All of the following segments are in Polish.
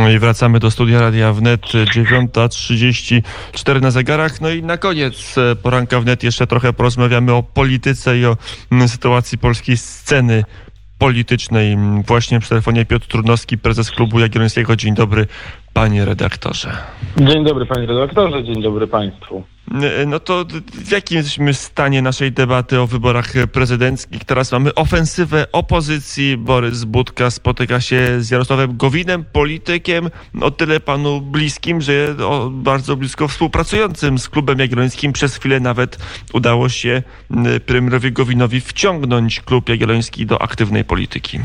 I wracamy do studia Radia Wnet, 9:34 na zegarach. No i na koniec poranka Wnet jeszcze trochę porozmawiamy o polityce i o sytuacji polskiej sceny politycznej. Właśnie przy telefonie Piotr Trudnowski, prezes Klubu Jagiellońskiego. Dzień dobry, panie redaktorze. Dzień dobry, panie redaktorze, dzień dobry państwu. No to w jakim jesteśmy stanie naszej debaty o wyborach prezydenckich? Teraz mamy ofensywę opozycji. Borys Budka spotyka się z Jarosławem Gowinem, politykiem o tyle panu bliskim, że bardzo blisko współpracującym z Klubem Jagiellońskim. Przez chwilę nawet udało się premierowi wciągnąć Klub Jagielloński do aktywnej polityki.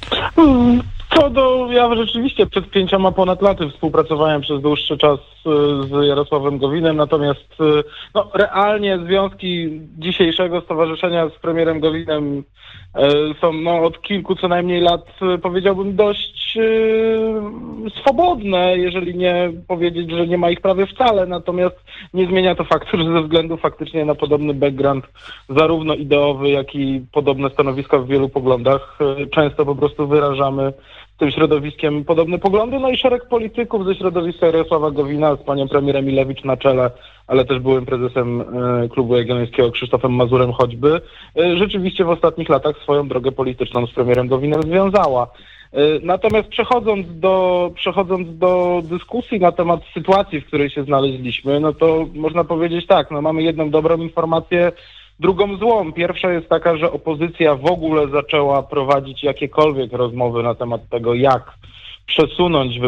Ja rzeczywiście przed 5 ponad laty współpracowałem przez dłuższy czas z Jarosławem Gowinem, natomiast realnie związki dzisiejszego stowarzyszenia z premierem Gowinem są od kilku co najmniej lat, powiedziałbym, dość swobodne, jeżeli nie powiedzieć, że nie ma ich prawie wcale, natomiast nie zmienia to faktu, że ze względu faktycznie na podobny background, zarówno ideowy, jak i podobne stanowiska w wielu poglądach, często po prostu wyrażamy tym środowiskiem podobne poglądy, no i szereg polityków ze środowiska Jarosława Gowina z panią premier Emilewicz na czele, ale też byłym prezesem Klubu Jagiellońskiego Krzysztofem Mazurem choćby, rzeczywiście w ostatnich latach swoją drogę polityczną z premierem Gowinem związała. Natomiast przechodząc do dyskusji na temat sytuacji, w której się znaleźliśmy, no to można powiedzieć tak, mamy jedną dobrą informację, drugą złą. Pierwsza jest taka, że opozycja w ogóle zaczęła prowadzić jakiekolwiek rozmowy na temat tego, jak przesunąć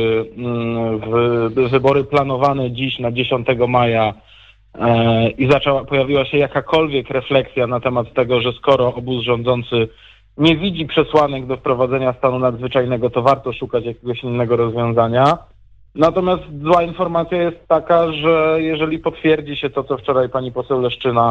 wybory planowane dziś na 10 maja i pojawiła się jakakolwiek refleksja na temat tego, że skoro obóz rządzący nie widzi przesłanek do wprowadzenia stanu nadzwyczajnego, to warto szukać jakiegoś innego rozwiązania. Natomiast zła informacja jest taka, że jeżeli potwierdzi się to, co wczoraj pani poseł Leszczyna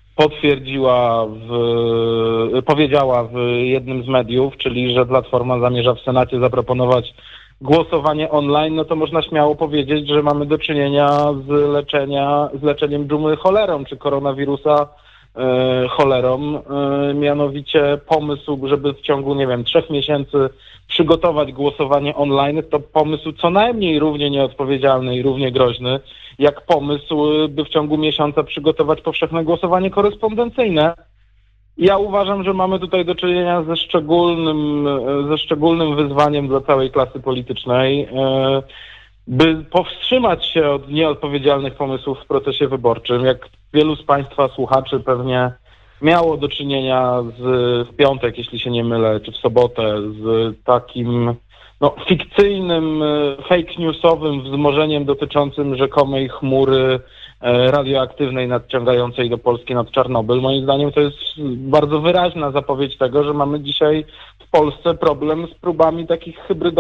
powiedziała w jednym z mediów, czyli że Platforma zamierza w Senacie zaproponować głosowanie online, no to można śmiało powiedzieć, że mamy do czynienia z leczeniem dżumy cholerą, czy koronawirusa cholerą. Mianowicie pomysł, żeby w ciągu, 3 miesięcy przygotować głosowanie online, to pomysł co najmniej równie nieodpowiedzialny i równie groźny, jak pomysł, by w ciągu miesiąca przygotować powszechne głosowanie korespondencyjne. Ja uważam, że mamy tutaj do czynienia ze szczególnym wyzwaniem dla całej klasy politycznej, by powstrzymać się od nieodpowiedzialnych pomysłów w procesie wyborczym. Jak wielu z państwa słuchaczy pewnie miało do czynienia w piątek, jeśli się nie mylę, czy w sobotę, z takim fikcyjnym, fake newsowym wzmożeniem dotyczącym rzekomej chmury radioaktywnej nadciągającej do Polski nad Czarnobyl. Moim zdaniem to jest bardzo wyraźna zapowiedź tego, że mamy dzisiaj w Polsce problem z próbami takich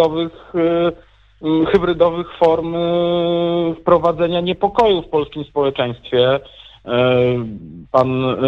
hybrydowych form wprowadzenia niepokoju w polskim społeczeństwie. Pan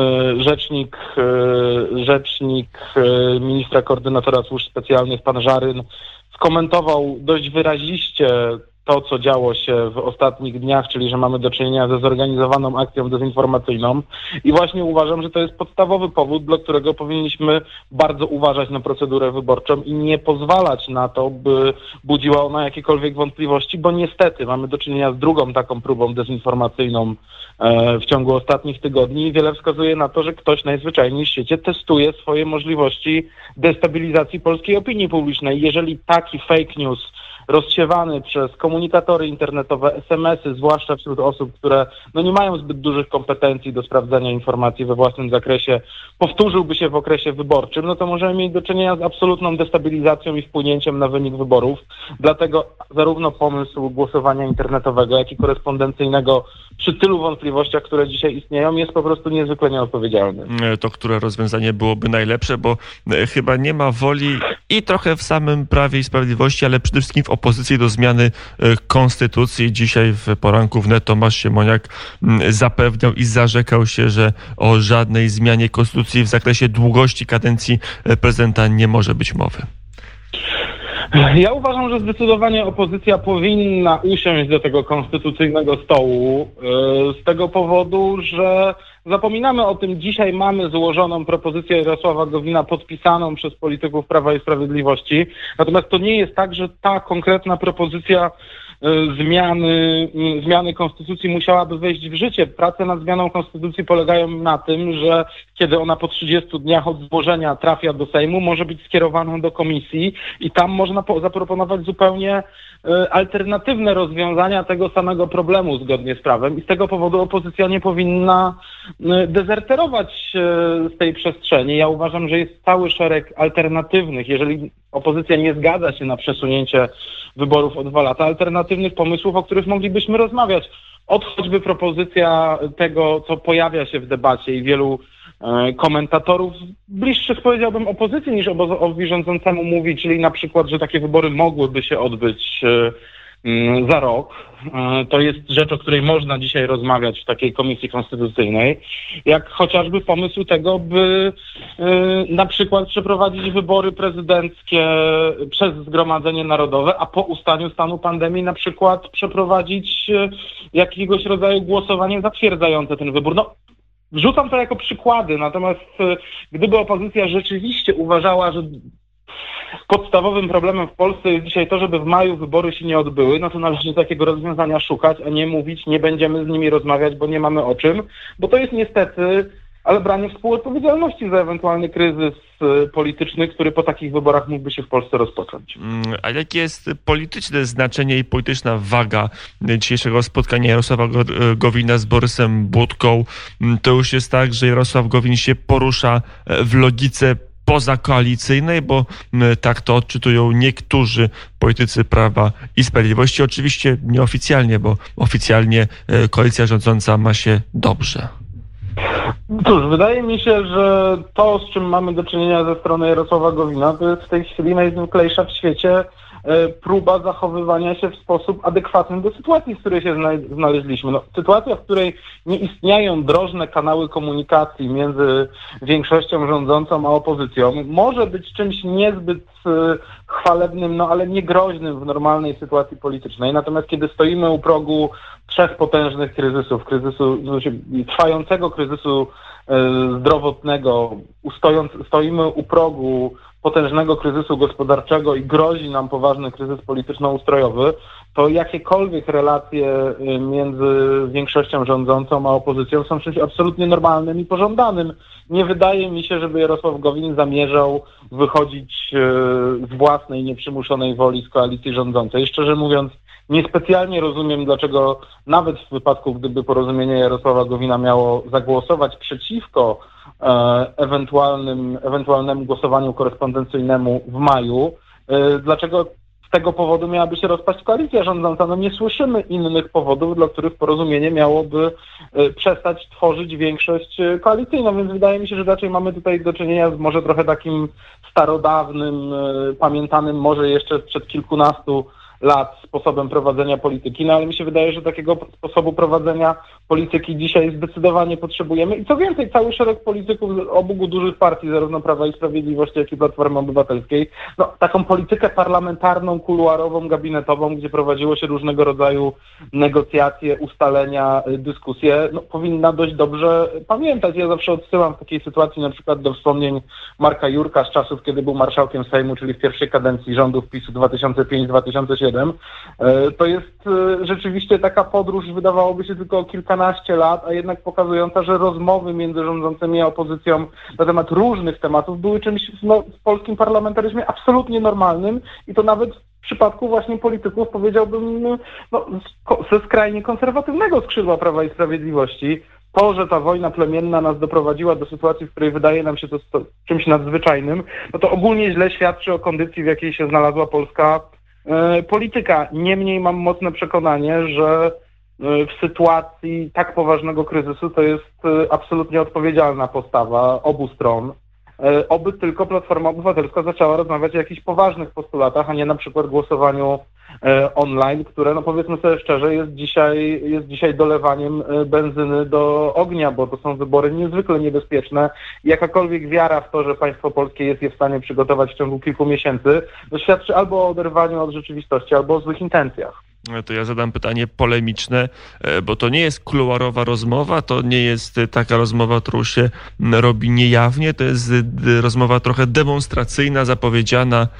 rzecznik ministra koordynatora służb specjalnych, pan Żaryn, skomentował dość wyraziście to, co działo się w ostatnich dniach, czyli że mamy do czynienia ze zorganizowaną akcją dezinformacyjną i właśnie uważam, że to jest podstawowy powód, dla którego powinniśmy bardzo uważać na procedurę wyborczą i nie pozwalać na to, by budziła ona jakiekolwiek wątpliwości, bo niestety mamy do czynienia z drugą taką próbą dezinformacyjną w ciągu ostatnich tygodni i wiele wskazuje na to, że ktoś najzwyczajniej w świecie testuje swoje możliwości destabilizacji polskiej opinii publicznej. Jeżeli taki fake news rozsiewany przez komunikatory internetowe, SMS-y, zwłaszcza wśród osób, które nie mają zbyt dużych kompetencji do sprawdzania informacji we własnym zakresie, powtórzyłby się w okresie wyborczym, no to możemy mieć do czynienia z absolutną destabilizacją i wpłynięciem na wynik wyborów. Dlatego zarówno pomysł głosowania internetowego, jak i korespondencyjnego przy tylu wątpliwościach, które dzisiaj istnieją, jest po prostu niezwykle nieodpowiedzialny. To które rozwiązanie byłoby najlepsze, bo chyba nie ma woli i trochę w samym Prawie i Sprawiedliwości, ale przede wszystkim w opozycji do zmiany konstytucji. Dzisiaj w poranku wnet Tomasz Siemoniak zapewniał i zarzekał się, że o żadnej zmianie konstytucji w zakresie długości kadencji prezydenta nie może być mowy. Ja uważam, że zdecydowanie opozycja powinna usiąść do tego konstytucyjnego stołu z tego powodu, że zapominamy o tym. Dzisiaj mamy złożoną propozycję Jarosława Gowina podpisaną przez polityków Prawa i Sprawiedliwości. Natomiast to nie jest tak, że ta konkretna propozycja zmiany konstytucji musiałaby wejść w życie. Prace nad zmianą konstytucji polegają na tym, że kiedy ona po 30 dniach od złożenia trafia do Sejmu, może być skierowana do komisji i tam można zaproponować zupełnie alternatywne rozwiązania tego samego problemu zgodnie z prawem i z tego powodu opozycja nie powinna dezerterować z tej przestrzeni. Ja uważam, że jest cały szereg alternatywnych, jeżeli opozycja nie zgadza się na przesunięcie wyborów o 2 lata, alternatywnych pomysłów, o których moglibyśmy rozmawiać. Od choćby propozycja tego, co pojawia się w debacie i wielu komentatorów bliższych, powiedziałbym, opozycji niż obozowi rządzącemu mówi, czyli na przykład, że takie wybory mogłyby się odbyć za rok. To jest rzecz, o której można dzisiaj rozmawiać w takiej komisji konstytucyjnej, jak chociażby pomysł tego, by na przykład przeprowadzić wybory prezydenckie przez Zgromadzenie Narodowe, a po ustaniu stanu pandemii na przykład przeprowadzić jakiegoś rodzaju głosowanie zatwierdzające ten wybór. No, wrzucam to jako przykłady, natomiast gdyby opozycja rzeczywiście uważała, że podstawowym problemem w Polsce jest dzisiaj to, żeby w maju wybory się nie odbyły, no to należy takiego rozwiązania szukać, a nie mówić, nie będziemy z nimi rozmawiać, bo nie mamy o czym, bo to jest niestety, ale branie współodpowiedzialności za ewentualny kryzys polityczny, który po takich wyborach mógłby się w Polsce rozpocząć. A jakie jest polityczne znaczenie i polityczna waga dzisiejszego spotkania Jarosława Gowina z Borysem Budką? To już jest tak, że Jarosław Gowin się porusza w logice pozakoalicyjnej, bo tak to odczytują niektórzy politycy Prawa i Sprawiedliwości. Oczywiście nieoficjalnie, bo oficjalnie koalicja rządząca ma się dobrze. Cóż, wydaje mi się, że to, z czym mamy do czynienia ze strony Jarosława Gowina, to jest w tej chwili najzwyklejsza w świecie próba zachowywania się w sposób adekwatny do sytuacji, w której się znaleźliśmy. No, sytuacja, w której nie istnieją drożne kanały komunikacji między większością rządzącą a opozycją, może być czymś niezbyt chwalebnym, no ale nie groźnym w normalnej sytuacji politycznej. Natomiast kiedy stoimy u progu 3 potężnych kryzysów, trwającego kryzysu zdrowotnego, stoimy u progu potężnego kryzysu gospodarczego i grozi nam poważny kryzys polityczno-ustrojowy, to jakiekolwiek relacje między większością rządzącą a opozycją są czymś absolutnie normalnym i pożądanym. Nie wydaje mi się, żeby Jarosław Gowin zamierzał wychodzić z własnej, nieprzymuszonej woli z koalicji rządzącej. Szczerze mówiąc, niespecjalnie rozumiem, dlaczego nawet w wypadku, gdyby Porozumienie Jarosława Gowina miało zagłosować przeciwko ewentualnemu głosowaniu korespondencyjnemu w maju, dlaczego z tego powodu miałaby się rozpaść koalicja rządząca. No nie słyszymy innych powodów, dla których Porozumienie miałoby przestać tworzyć większość koalicyjną, więc wydaje mi się, że raczej mamy tutaj do czynienia z może trochę takim starodawnym, pamiętanym może jeszcze sprzed kilkunastu lat sposobem prowadzenia polityki, no ale mi się wydaje, że takiego sposobu prowadzenia polityki dzisiaj zdecydowanie potrzebujemy i co więcej, cały szereg polityków z obu dużych partii, zarówno Prawa i Sprawiedliwości, jak i Platformy Obywatelskiej, no taką politykę parlamentarną, kuluarową, gabinetową, gdzie prowadziło się różnego rodzaju negocjacje, ustalenia, dyskusje, no powinna dość dobrze pamiętać. Ja zawsze odsyłam w takiej sytuacji na przykład do wspomnień Marka Jurka z czasów, kiedy był marszałkiem Sejmu, czyli w pierwszej kadencji rządów PiS-u 2005-2007. To jest rzeczywiście taka podróż, wydawałoby się tylko o kilkanaście lat, a jednak pokazująca, że rozmowy między rządzącymi a opozycją na temat różnych tematów były czymś w polskim parlamentaryzmie absolutnie normalnym i to nawet w przypadku właśnie polityków, powiedziałbym, ze skrajnie konserwatywnego skrzydła Prawa i Sprawiedliwości. To, że ta wojna plemienna nas doprowadziła do sytuacji, w której wydaje nam się to czymś nadzwyczajnym, no to ogólnie źle świadczy o kondycji, w jakiej się znalazła polska polityka. Niemniej mam mocne przekonanie, że w sytuacji tak poważnego kryzysu to jest absolutnie odpowiedzialna postawa obu stron. Oby tylko Platforma Obywatelska zaczęła rozmawiać o jakichś poważnych postulatach, a nie na przykład głosowaniu online, które, no powiedzmy sobie szczerze, jest dzisiaj dolewaniem benzyny do ognia, bo to są wybory niezwykle niebezpieczne. Jakakolwiek wiara w to, że państwo polskie jest je w stanie przygotować w ciągu kilku miesięcy, to świadczy albo o oderwaniu od rzeczywistości, albo o złych intencjach. To ja zadam pytanie polemiczne, bo to nie jest kuluarowa rozmowa, to nie jest taka rozmowa, którą się robi niejawnie, to jest rozmowa trochę demonstracyjna, zapowiedziana,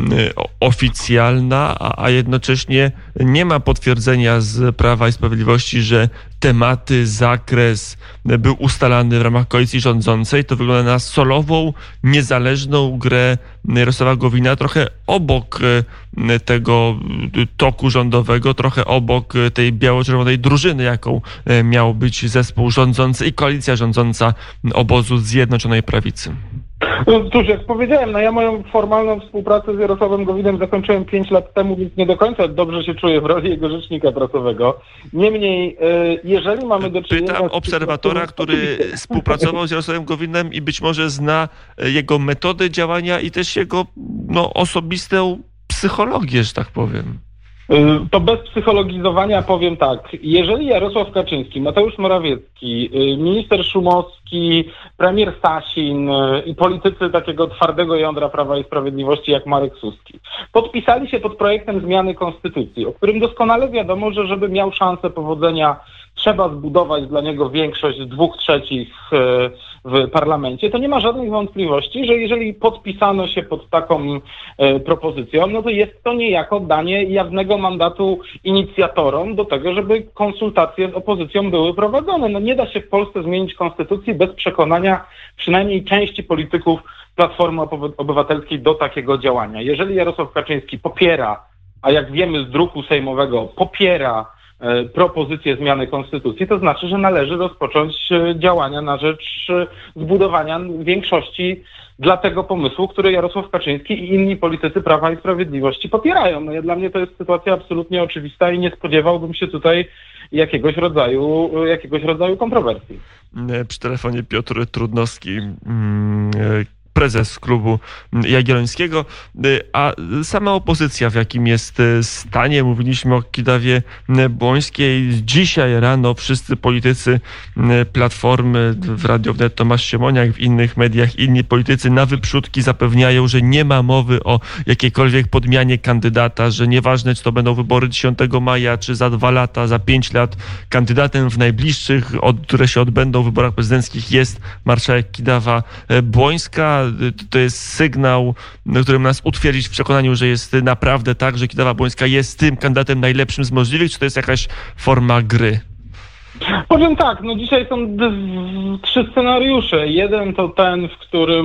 oficjalna, a jednocześnie nie ma potwierdzenia z Prawa i Sprawiedliwości, że tematy, zakres był ustalany w ramach koalicji rządzącej. To wygląda na solową, niezależną grę Jarosława Gowina, trochę obok tego toku rządowego, trochę obok tej biało-czerwonej drużyny, jaką miał być zespół rządzący i koalicja rządząca obozu Zjednoczonej Prawicy. No cóż, jak powiedziałem, ja moją formalną współpracę z Jarosławem Gowinem zakończyłem 5 lat temu, więc nie do końca dobrze się czuję w roli jego rzecznika prasowego. Niemniej, jeżeli mamy do czynienia... Pytam obserwatora, który współpracował z Jarosławem Gowinem i być może zna jego metody działania i też jego osobistą psychologię, że tak powiem. To bez psychologizowania powiem tak. Jeżeli Jarosław Kaczyński, Mateusz Morawiecki, minister Szumowski, premier Sasin i politycy takiego twardego jądra Prawa i Sprawiedliwości jak Marek Suski podpisali się pod projektem zmiany konstytucji, o którym doskonale wiadomo, że żeby miał szansę powodzenia, trzeba zbudować dla niego większość 2/3 w parlamencie, to nie ma żadnych wątpliwości, że jeżeli podpisano się pod taką propozycją, no to jest to niejako danie jawnego mandatu inicjatorom do tego, żeby konsultacje z opozycją były prowadzone. No nie da się w Polsce zmienić konstytucji bez przekonania przynajmniej części polityków Platformy Obywatelskiej do takiego działania. Jeżeli Jarosław Kaczyński popiera, a jak wiemy z druku sejmowego popiera propozycję zmiany konstytucji, to znaczy, że należy rozpocząć działania na rzecz zbudowania większości dla tego pomysłu, który Jarosław Kaczyński i inni politycy Prawa i Sprawiedliwości popierają. Dla mnie to jest sytuacja absolutnie oczywista i nie spodziewałbym się tutaj jakiegoś rodzaju kontrowersji. Przy telefonie Piotr Trudnowski, prezes klubu Jagiellońskiego, a sama opozycja w jakim jest stanie? Mówiliśmy o Kidawie Błońskiej. Dzisiaj rano wszyscy politycy Platformy, w Radiu Wnet Tomasz Siemoniak, w innych mediach inni politycy na wyprzódki zapewniają, że nie ma mowy o jakiejkolwiek podmianie kandydata, że nieważne, czy to będą wybory 10 maja, czy za 2 lata, za 5 lat, kandydatem w najbliższych, które się odbędą w wyborach prezydenckich, jest marszałek Kidawa Błońska. To jest sygnał, który ma nas utwierdzić w przekonaniu, że jest naprawdę tak, że Kidawa Błońska jest tym kandydatem najlepszym z możliwych, czy to jest jakaś forma gry? Powiem tak, dzisiaj są 3 scenariusze. Jeden to ten, w którym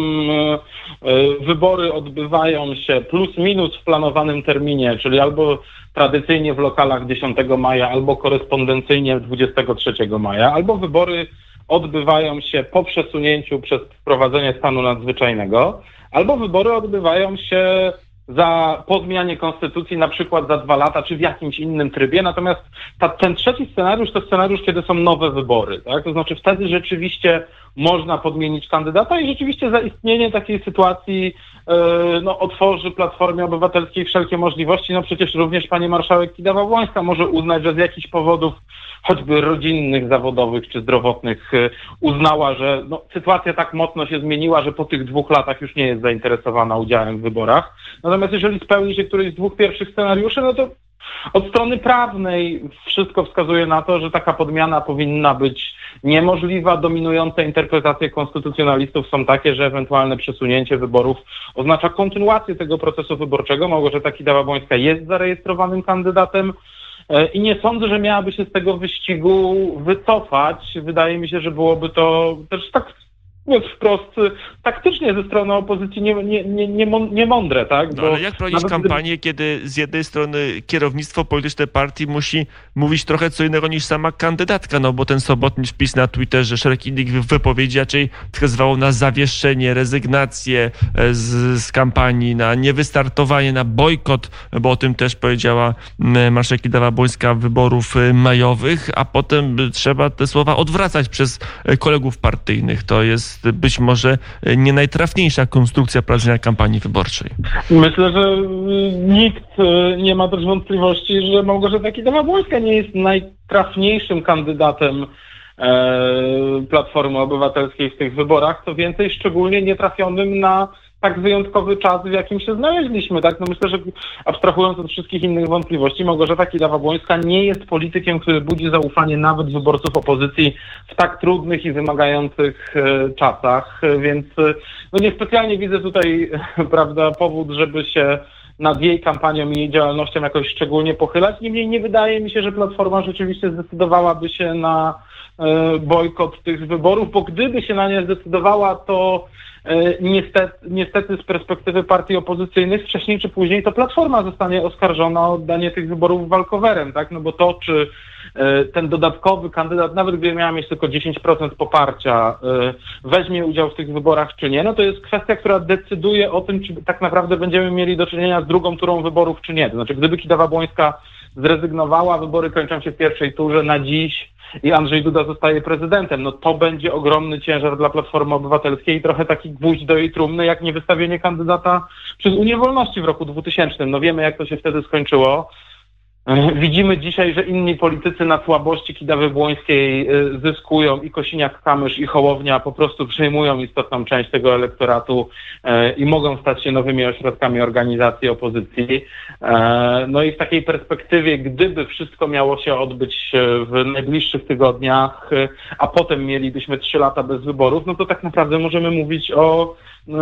wybory odbywają się plus minus w planowanym terminie, czyli albo tradycyjnie w lokalach 10 maja, albo korespondencyjnie 23 maja, albo wybory odbywają się po przesunięciu przez wprowadzenie stanu nadzwyczajnego, albo wybory odbywają się po zmianie konstytucji, na przykład za 2 lata, czy w jakimś innym trybie. Natomiast ten trzeci scenariusz to scenariusz, kiedy są nowe wybory, tak? To znaczy wtedy rzeczywiście można podmienić kandydata i rzeczywiście zaistnienie takiej sytuacji otworzy Platformie Obywatelskiej wszelkie możliwości. Przecież również pani marszałek Kidawa-Błońska może uznać, że z jakichś powodów, choćby rodzinnych, zawodowych czy zdrowotnych, uznała, że sytuacja tak mocno się zmieniła, że po tych 2 latach już nie jest zainteresowana udziałem w wyborach. Natomiast jeżeli spełni się któryś z 2 pierwszych scenariuszy, to od strony prawnej wszystko wskazuje na to, że taka podmiana powinna być niemożliwa. Dominujące interpretacje konstytucjonalistów są takie, że ewentualne przesunięcie wyborów oznacza kontynuację tego procesu wyborczego. Małgorzata Kidawa-Błońska jest zarejestrowanym kandydatem i nie sądzę, że miałaby się z tego wyścigu wycofać. Wydaje mi się, że byłoby to też tak wprost taktycznie ze strony opozycji niemądre, tak? Ale jak prowadzić kampanię, kiedy z jednej strony kierownictwo polityczne partii musi mówić trochę co innego niż sama kandydatka, bo ten sobotni wpis na Twitterze, szereg innych wypowiedzi raczej wskazywało na zawieszenie, rezygnację z kampanii, na niewystartowanie, na bojkot, bo o tym też powiedziała marszałek Kidawa-Błońska wyborów majowych, a potem trzeba te słowa odwracać przez kolegów partyjnych. To jest jest być może nie najtrafniejsza konstrukcja prowadzenia kampanii wyborczej. Myślę, że nikt nie ma też wątpliwości, że Małgorzata Kidawa-Błońska nie jest najtrafniejszym kandydatem Platformy Obywatelskiej w tych wyborach, co więcej, szczególnie nietrafionym na tak wyjątkowy czas, w jakim się znaleźliśmy, tak? No myślę, że abstrahując od wszystkich innych wątpliwości, Małgorzata Kidawa-Błońska nie jest politykiem, który budzi zaufanie nawet wyborców opozycji w tak trudnych i wymagających czasach, więc no niespecjalnie widzę tutaj, prawda, powód, żeby się nad jej kampanią i jej działalnością jakoś szczególnie pochylać. Niemniej nie wydaje mi się, że Platforma rzeczywiście zdecydowałaby się na bojkot tych wyborów, bo gdyby się na nie zdecydowała, to niestety z perspektywy partii opozycyjnych wcześniej czy później to Platforma zostanie oskarżona o oddanie tych wyborów walkowerem, tak? No bo to, czy ten dodatkowy kandydat, nawet gdyby miał mieć tylko 10% poparcia, weźmie udział w tych wyborach czy nie, no to jest kwestia, która decyduje o tym, czy tak naprawdę będziemy mieli do czynienia z drugą turą wyborów, czy nie. To znaczy, gdyby Kidawa-Błońska zrezygnowała, wybory kończą się w pierwszej turze na dziś i Andrzej Duda zostaje prezydentem, no to będzie ogromny ciężar dla Platformy Obywatelskiej i trochę taki gwóźdź do jej trumny, jak niewystawienie kandydata przez Unię Wolności w roku 2000. No wiemy, jak to się wtedy skończyło. Widzimy dzisiaj, że inni politycy na słabości Kidawy-Błońskiej zyskują i Kosiniak-Kamysz i Hołownia po prostu przejmują istotną część tego elektoratu i mogą stać się nowymi ośrodkami organizacji opozycji. No i w takiej perspektywie, gdyby wszystko miało się odbyć w najbliższych tygodniach, a potem mielibyśmy 3 lata bez wyborów, no to tak naprawdę możemy mówić o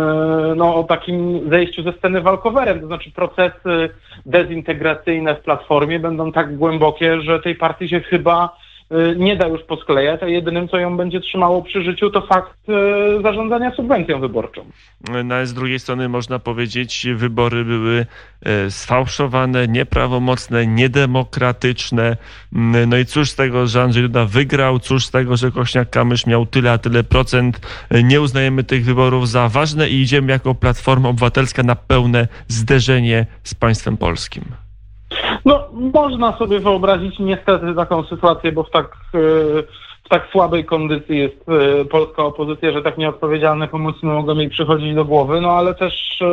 takim zejściu ze sceny walkowerem. To znaczy procesy dezintegracyjne w Platformie będą tak głębokie, że tej partii się chyba nie da już posklejać, a jedynym, co ją będzie trzymało przy życiu, to fakt zarządzania subwencją wyborczą. No, ale z drugiej strony można powiedzieć, wybory były sfałszowane, nieprawomocne, niedemokratyczne. No i cóż z tego, że Andrzej Duda wygrał, cóż z tego, że Kosiniak-Kamysz miał tyle a tyle procent. Nie uznajemy tych wyborów za ważne i idziemy jako Platforma Obywatelska na pełne zderzenie z państwem polskim. No, można sobie wyobrazić niestety taką sytuację, bo w tak słabej kondycji jest polska opozycja, że tak nieodpowiedzialne pomysły mogą jej przychodzić do głowy, no ale też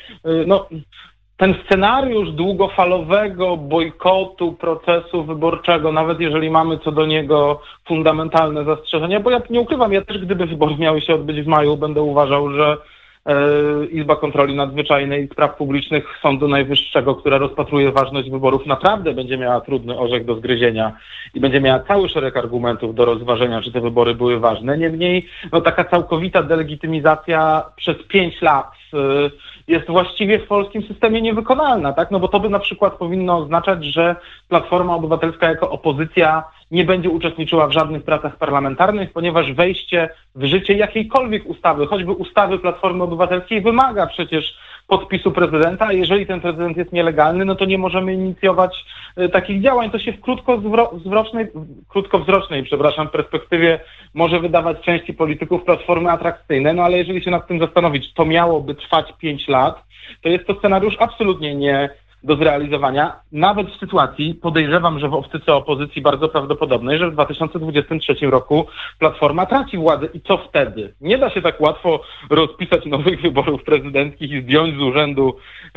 ten scenariusz długofalowego bojkotu procesu wyborczego, nawet jeżeli mamy co do niego fundamentalne zastrzeżenia, bo ja nie ukrywam, ja też gdyby wybory miały się odbyć w maju, będę uważał, że Izba Kontroli Nadzwyczajnej i Spraw Publicznych Sądu Najwyższego, która rozpatruje ważność wyborów, naprawdę będzie miała trudny orzech do zgryzienia i będzie miała cały szereg argumentów do rozważenia, czy te wybory były ważne. Niemniej taka całkowita delegitymizacja przez 5 lat jest właściwie w polskim systemie niewykonalna, tak? No bo to by na przykład powinno oznaczać, że Platforma Obywatelska jako opozycja nie będzie uczestniczyła w żadnych pracach parlamentarnych, ponieważ wejście w życie jakiejkolwiek ustawy, choćby ustawy Platformy Obywatelskiej, wymaga przecież podpisu prezydenta, a jeżeli ten prezydent jest nielegalny, no to nie możemy inicjować takich działań. To się w krótkowzrocznej perspektywie może wydawać części polityków Platformy atrakcyjne, no ale jeżeli się nad tym zastanowić, to miałoby trwać 5 lat, to jest to scenariusz absolutnie nie do zrealizowania, nawet w sytuacji, podejrzewam, że w optyce opozycji bardzo prawdopodobnej, że w 2023 roku Platforma traci władzę i co wtedy? Nie da się tak łatwo rozpisać nowych wyborów prezydenckich i zdjąć z urzędu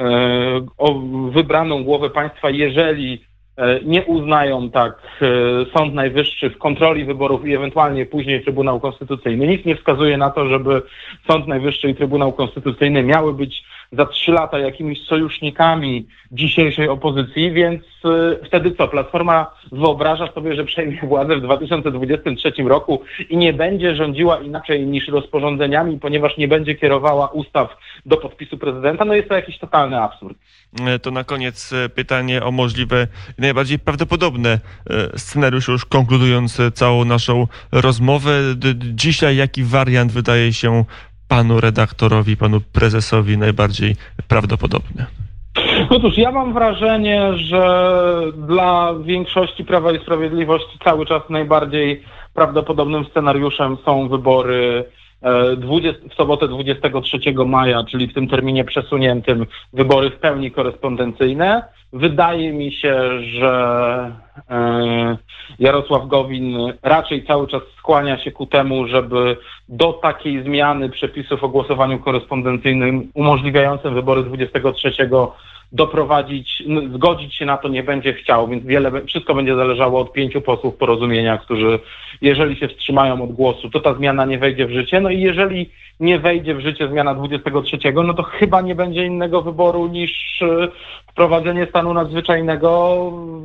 wybraną głowę państwa, jeżeli nie uznają tak Sąd Najwyższy w kontroli wyborów i ewentualnie później Trybunał Konstytucyjny. Nic nie wskazuje na to, żeby Sąd Najwyższy i Trybunał Konstytucyjny miały być za 3 lata jakimiś sojusznikami dzisiejszej opozycji, więc wtedy co? Platforma wyobraża sobie, że przejmie władzę w 2023 roku i nie będzie rządziła inaczej niż rozporządzeniami, ponieważ nie będzie kierowała ustaw do podpisu prezydenta. No jest to jakiś totalny absurd. To na koniec pytanie o możliwe, najbardziej prawdopodobne scenariusze, już konkludując całą naszą rozmowę. Dzisiaj jaki wariant wydaje się panu redaktorowi, panu prezesowi najbardziej prawdopodobny? Otóż ja mam wrażenie, że dla większości Prawa i Sprawiedliwości cały czas najbardziej prawdopodobnym scenariuszem są wybory w sobotę 23 maja, czyli w tym terminie przesuniętym, wybory w pełni korespondencyjne. Wydaje mi się, że Jarosław Gowin raczej cały czas skłania się ku temu, żeby do takiej zmiany przepisów o głosowaniu korespondencyjnym umożliwiającym wybory 23 doprowadzić, zgodzić się na to nie będzie chciał, więc wszystko będzie zależało od 5 posłów Porozumienia, którzy jeżeli się wstrzymają od głosu, to ta zmiana nie wejdzie w życie. No i jeżeli nie wejdzie w życie zmiana 23, no to chyba nie będzie innego wyboru niż wprowadzenie stanu nadzwyczajnego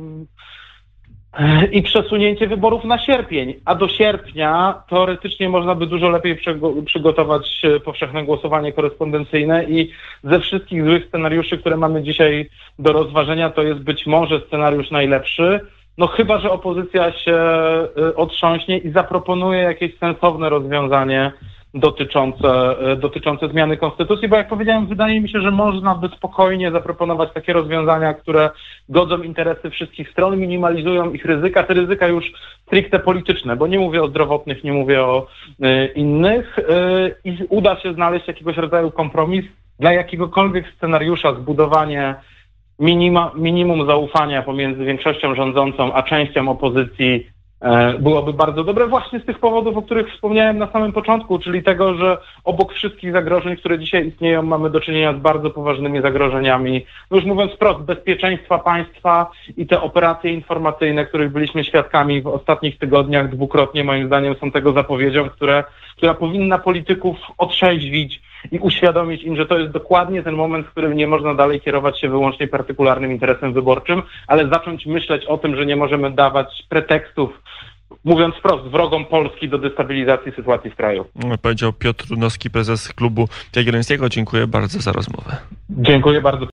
i przesunięcie wyborów na sierpień. A do sierpnia teoretycznie można by dużo lepiej przygotować powszechne głosowanie korespondencyjne i ze wszystkich złych scenariuszy, które mamy dzisiaj do rozważenia, to jest być może scenariusz najlepszy. No chyba że opozycja się otrząśnie i zaproponuje jakieś sensowne rozwiązanie dotyczące zmiany konstytucji, bo jak powiedziałem, wydaje mi się, że można by spokojnie zaproponować takie rozwiązania, które godzą interesy wszystkich stron, minimalizują ich ryzyka, te ryzyka już stricte polityczne, bo nie mówię o zdrowotnych, nie mówię o innych i uda się znaleźć jakiegoś rodzaju kompromis dla jakiegokolwiek scenariusza, zbudowanie minimum zaufania pomiędzy większością rządzącą a częścią opozycji byłoby bardzo dobre właśnie z tych powodów, o których wspomniałem na samym początku, czyli tego, że obok wszystkich zagrożeń, które dzisiaj istnieją, mamy do czynienia z bardzo poważnymi zagrożeniami, no już mówiąc wprost, bezpieczeństwa państwa i te operacje informacyjne, których byliśmy świadkami w ostatnich tygodniach dwukrotnie, moim zdaniem są tego zapowiedzią, która powinna polityków otrzeźwić i uświadomić im, że to jest dokładnie ten moment, w którym nie można dalej kierować się wyłącznie partykularnym interesem wyborczym, ale zacząć myśleć o tym, że nie możemy dawać pretekstów, mówiąc wprost, wrogom Polski do destabilizacji sytuacji w kraju. Powiedział Piotr Trudnowski, prezes klubu Jagiellońskiego. Dziękuję bardzo za rozmowę. Dziękuję bardzo.